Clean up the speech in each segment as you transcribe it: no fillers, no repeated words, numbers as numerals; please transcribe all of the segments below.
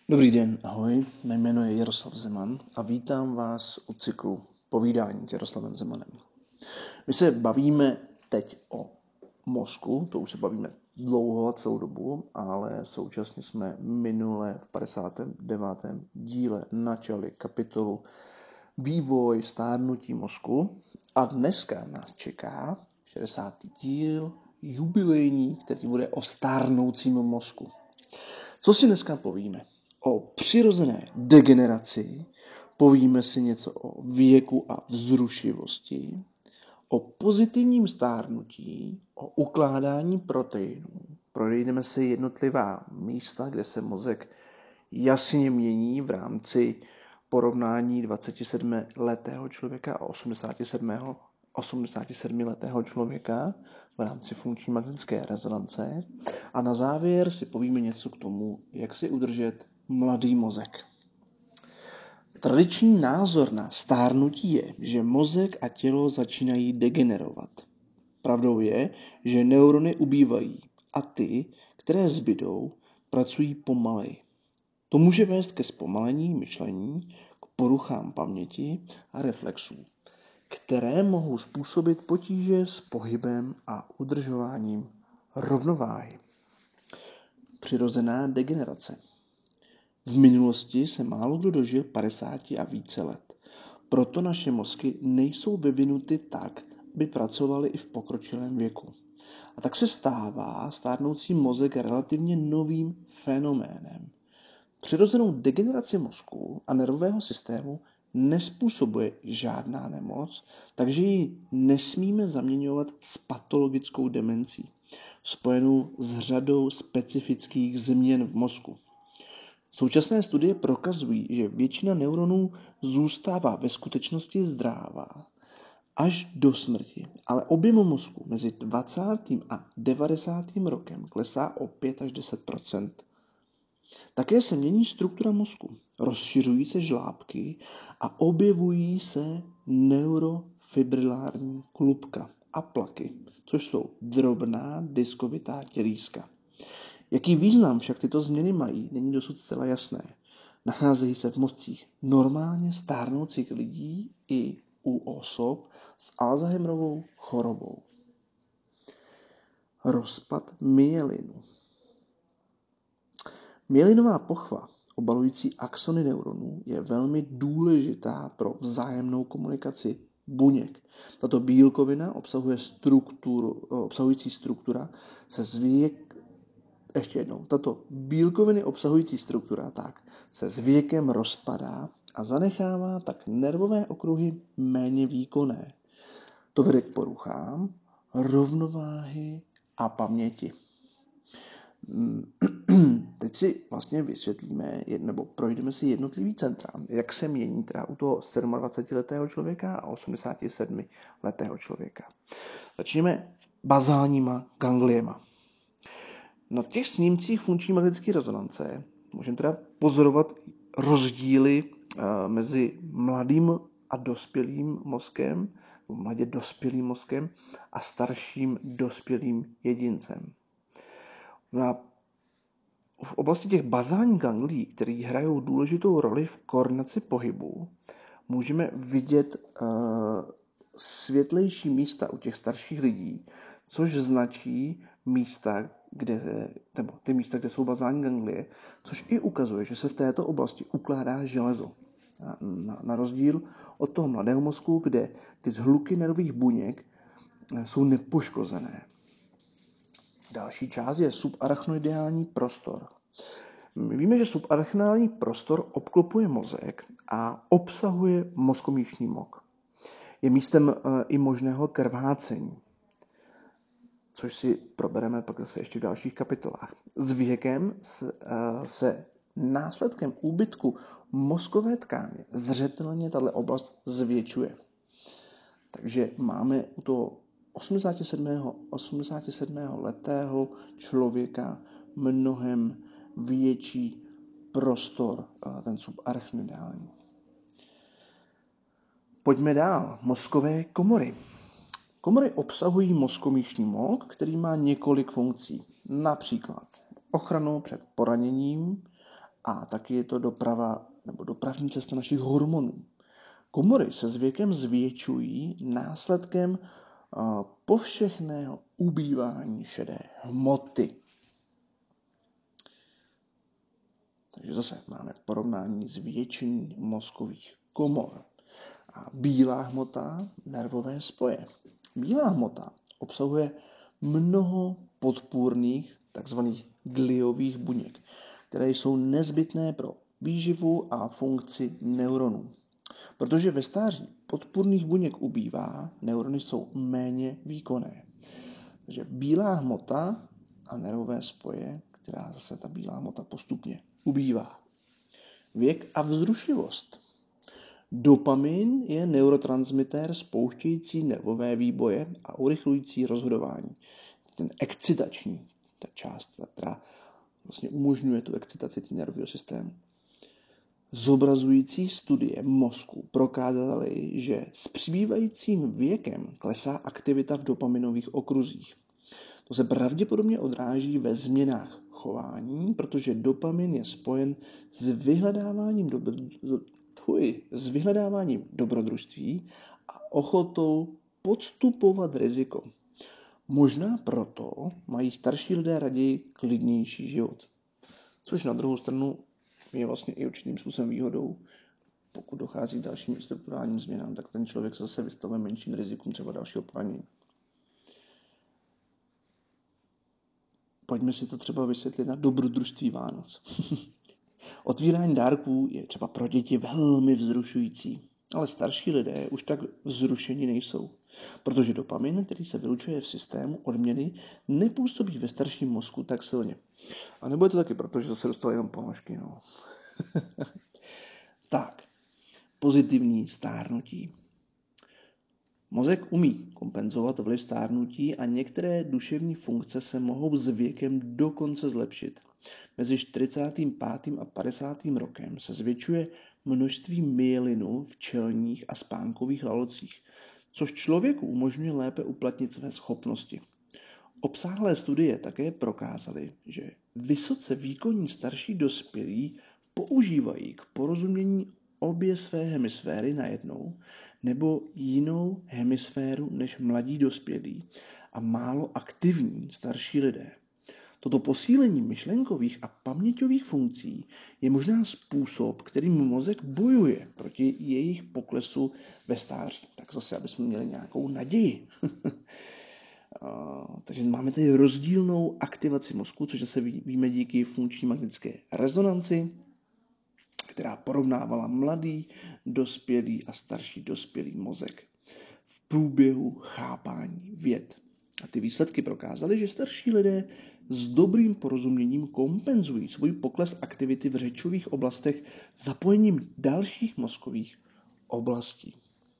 Dobrý den, ahoj, mé jméno je Jaroslav Zeman a vítám vás u cyklu Povídání s Jaroslavem Zemanem. My se bavíme teď o mozku, to už se bavíme dlouho a celou dobu, ale současně jsme minule v 59. díle načali kapitolu Vývoj stárnutí mozku a dneska nás čeká 60. díl jubilejní, který bude o stárnoucím mozku. Co si dneska povíme? O přirozené degeneraci, povíme si něco o věku a vzrušivosti, o pozitivním stárnutí, o ukládání proteinů. Projdeme si jednotlivá místa, kde se mozek jasně mění v rámci porovnání 27letého člověka a 87letého člověka v rámci funkční magnetické rezonance. A na závěr si povíme něco k tomu, jak si udržet mladý mozek. Tradiční názor na stárnutí je, že mozek a tělo začínají degenerovat. Pravdou je, že neurony ubývají a ty, které zbydou, pracují pomaleji. To může vést ke zpomalení myšlení, k poruchám paměti a reflexů, které mohou způsobit potíže s pohybem a udržováním rovnováhy. Přirozená degenerace. V minulosti se málo kdo dožil 50 a více let. Proto naše mozky nejsou vyvinuty tak, aby pracovaly i v pokročilém věku. A tak se stává stárnoucí mozek relativně novým fenoménem. Přirozenou degeneraci mozku a nervového systému nespůsobuje žádná nemoc, takže ji nesmíme zaměňovat s patologickou demencí, spojenou s řadou specifických změn v mozku. Současné studie prokazují, že většina neuronů zůstává ve skutečnosti zdravá až do smrti, ale objem mozku mezi 20. a 90. rokem klesá o 5 až 10%. Také se mění struktura mozku, rozšiřují se žlábky a objevují se neurofibrilární klubka a plaky, což jsou drobná diskovitá tělíska. Jaký význam však tyto změny mají, není dosud zcela jasné. Nacházejí se v mozcích normálně stárnoucích lidí i u osob s Alzheimerovou chorobou. Rozpad myelinu. Myelinová pochva, obalující axony neuronů, je velmi důležitá pro vzájemnou komunikaci buněk. Tato bílkovina obsahující struktura se tato bílkoviny obsahující struktura se s věkem rozpadá a zanechává tak nervové okruhy méně výkonné. To vede k poruchám rovnováhy a paměti. Teď si vlastně vysvětlíme, nebo projdeme si jednotlivý centra, jak se mění teda u toho 27letého člověka a 87letého člověka. Začneme bazálníma gangliema. Na těch snímcích funkční magnetické rezonance můžeme teda pozorovat rozdíly mezi mladým a dospělým mozkem, mladě dospělým mozkem a starším dospělým jedincem. V oblasti těch bazálních ganglií, které hrajou důležitou roli v koordinaci pohybu, můžeme vidět světlejší místa u těch starších lidí, což značí místa, ty místa, kde jsou bazální ganglie, což i ukazuje, že se v této oblasti ukládá železo. Na rozdíl od toho mladého mozku, kde ty zhluky nervových buněk jsou nepoškozené. Další část je subarachnoideální prostor. My víme, že subarachnoidální prostor obklopuje mozek a obsahuje mozkomíšní mok. Je místem i možného krvácení, což si probereme pak zase ještě v dalších kapitolách. S věkem se následkem úbytku mozkové tkáně zřetelně tato oblast zvětšuje. Takže máme u toho 87letého člověka mnohem větší prostor, ten subarachnoidální. Pojďme dál. Mozkové komory. Komory obsahují mozkomíšní mok, který má několik funkcí. Například ochranu před poraněním A taky je to doprava nebo dopravní cesta našich hormonů. Komory se s věkem zvětšují následkem povšechného ubývání šedé hmoty. Takže zase máme porovnání zvětšení mozkových komor. A bílá hmota, nervové spoje. Bílá hmota obsahuje mnoho podpůrných, takzvaných gliových buněk, které jsou nezbytné pro výživu a funkci neuronů. Protože ve stáří podpůrných buněk ubývá, neurony jsou méně výkonné. Takže bílá hmota a nervové spoje, která zase ta bílá hmota postupně ubývá. Věk a vzrušivost. Dopamin je neurotransmitér spouštějící nervové výboje a urychlující rozhodování. Ten excitační, ta část, která vlastně umožňuje tu excitaci nervového systému. Zobrazující studie mozku prokázaly, že s přibývajícím věkem klesá aktivita v dopaminových okruzích. To se pravděpodobně odráží ve změnách chování, protože dopamin je spojen s vyhledáváním dobrodružství a ochotou podstupovat riziko. Možná proto mají starší lidé raději klidnější život. Což na druhou stranu je vlastně i určitým způsobem výhodou. Pokud dochází k dalším strukturálním změnám, tak ten člověk zase vystavuje menším rizikům třeba dalšího poranění. Pojďme si to třeba vysvětlit na dobrodružství Vánoc. Otvírání dárků je třeba pro děti velmi vzrušující, ale starší lidé už tak vzrušení nejsou, protože dopamin, který se vylučuje v systému odměny, nepůsobí ve starším mozku tak silně. A nebo je to taky proto, že zase dostal jenom ponožky. No. Tak, pozitivní stárnutí. Mozek umí kompenzovat vliv stárnutí a některé duševní funkce se mohou s věkem dokonce zlepšit. Mezi 45. a 50. rokem se zvětšuje množství myelinu v čelních a spánkových lalocích, což člověku umožňuje lépe uplatnit své schopnosti. Obsáhlé studie také prokázaly, že vysoce výkonní starší dospělí používají k porozumění obě své hemisféry najednou nebo jinou hemisféru než mladí dospělí a málo aktivní starší lidé. Toto posílení myšlenkových a paměťových funkcí je možná způsob, kterým mozek bojuje proti jejich poklesu ve stáří. Tak zase, aby jsme měli nějakou naději. Takže máme tady rozdílnou aktivaci mozku, což se víme díky funkční magnetické rezonanci, která porovnávala mladý, dospělý a starší dospělý mozek v průběhu chápání věd. A ty výsledky prokázaly, že starší lidé s dobrým porozuměním kompenzují svůj pokles aktivity v řečových oblastech zapojením dalších mozkových oblastí.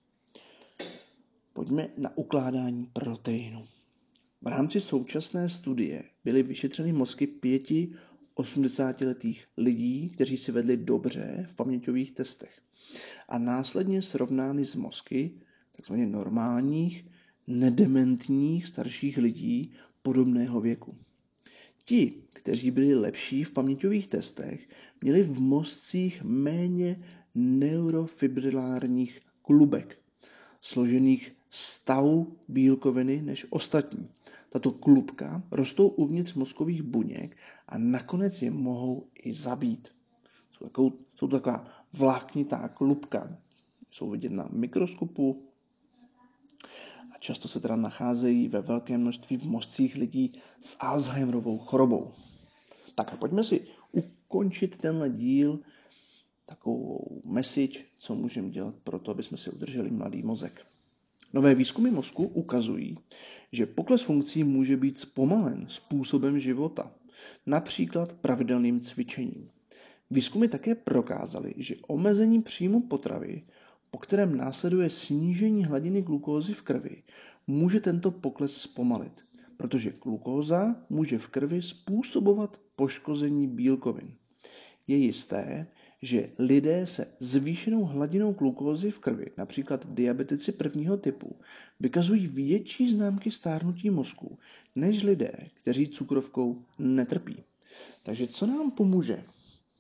Pojďme na ukládání proteinu. V rámci současné studie byly vyšetřeny mozky 5 80letých lidí, kteří si vedli dobře v paměťových testech a následně srovnány s mozky takzvaně normálních, nedementních starších lidí podobného věku. Ti, kteří byli lepší v paměťových testech, měli v mozcích méně neurofibrilárních klubek, složených z tau bílkoviny než ostatní. Tato klubka rostou uvnitř mozkových buněk a nakonec je mohou i zabít. Jsou taková vláknitá klubka. Jsou vidět na mikroskopu a často se teda nacházejí ve velkém množství v mozcích lidí s Alzheimerovou chorobou. Tak a pojďme si ukončit tenhle díl takovou message, co můžeme dělat pro to, aby jsme si udrželi mladý mozek. Nové výzkumy mozku ukazují, že pokles funkcí může být zpomalen způsobem života, například pravidelným cvičením. Výzkumy také prokázaly, že omezení příjmu potravy, po kterém následuje snížení hladiny glukózy v krvi, může tento pokles zpomalit, protože glukóza může v krvi způsobovat poškození bílkovin. Je jisté, že lidé se zvýšenou hladinou glukózy v krvi, například diabetici prvního typu, vykazují větší známky stárnutí mozku než lidé, kteří cukrovkou netrpí. Takže co nám pomůže,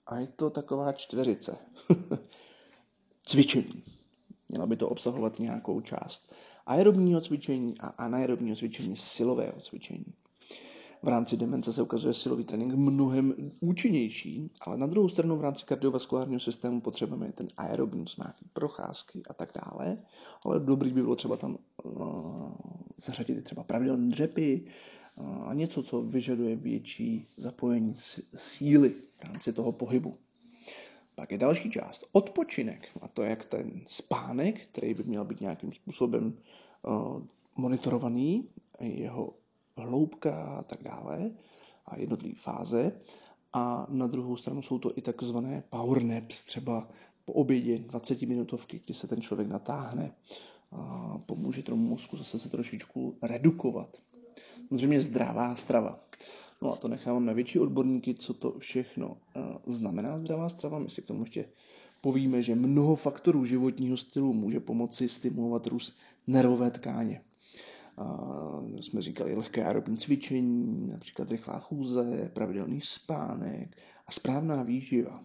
A je to taková čtveřice. Cvičení. Mělo by to obsahovat nějakou část aerobního cvičení a anaerobního cvičení, silového cvičení. V rámci demence se ukazuje silový trénink mnohem účinnější, ale na druhou stranu v rámci kardiovaskulárního systému potřebujeme ten aerobní nějaké procházky a tak dále, ale dobrý by bylo třeba tam zařadit třeba pravidelné dřepy a něco, co vyžaduje větší zapojení síly v rámci toho pohybu. Pak je další část, odpočinek, a to je jak ten spánek, který by měl být nějakým způsobem monitorovaný, jeho hloubka a tak dále a jednotlivé fáze. A na druhou stranu jsou to i takzvané power naps, třeba po obědě 20-minutovky, kdy se ten člověk natáhne a pomůže tomu mozku zase se trošičku redukovat. Samozřejmě zdravá strava. No a to nechávám na větší odborníky, co to všechno znamená zdravá strava. My si k tomu ještě povíme, že mnoho faktorů životního stylu může pomoci stimulovat růst nervové tkáně. Jsme říkali lehké aerobní cvičení, například rychlá chůze, pravidelný spánek a správná výživa.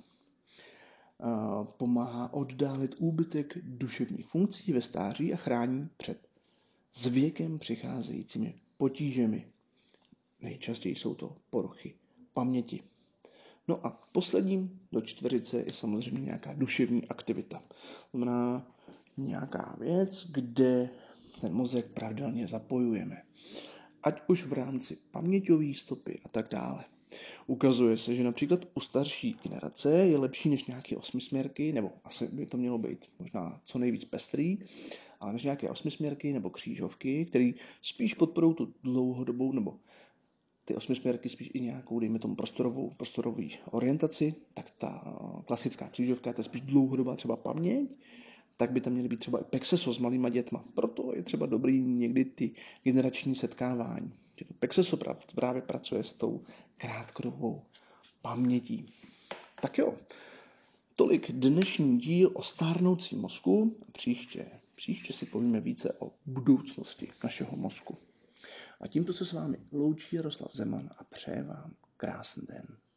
Pomáhá oddálit úbytek duševních funkcí ve stáří a chrání před s věkem přicházejícími potížemi. Nejčastěji jsou to poruchy paměti. No a posledním do čtveřice je samozřejmě nějaká duševní aktivita. To znamená nějaká věc, kde ten mozek pravidelně zapojujeme. Ať už v rámci paměťové stopy a tak dále. Ukazuje se, že například u starší generace je lepší než nějaké osmisměrky, nebo asi by to mělo být možná co nejvíc pestrý, ale než nějaké osmisměrky nebo křížovky, které spíš podporují tu dlouhodobou, nebo ty osmisměrky spíš i nějakou, dejme tomu, prostorovou orientaci, tak ta klasická křížovka, to je spíš dlouhodobá třeba paměť, tak by tam měly být třeba i pexeso s malýma dětma. Proto je třeba dobrý někdy ty generační setkávání. Že to pexeso právě pracuje s tou krátkodobou pamětí. Tak jo, tolik dnešní díl o stárnoucím mozku. Příště si povíme více o budoucnosti našeho mozku. A tímto se s vámi loučí Jaroslav Zeman a přeje vám krásný den.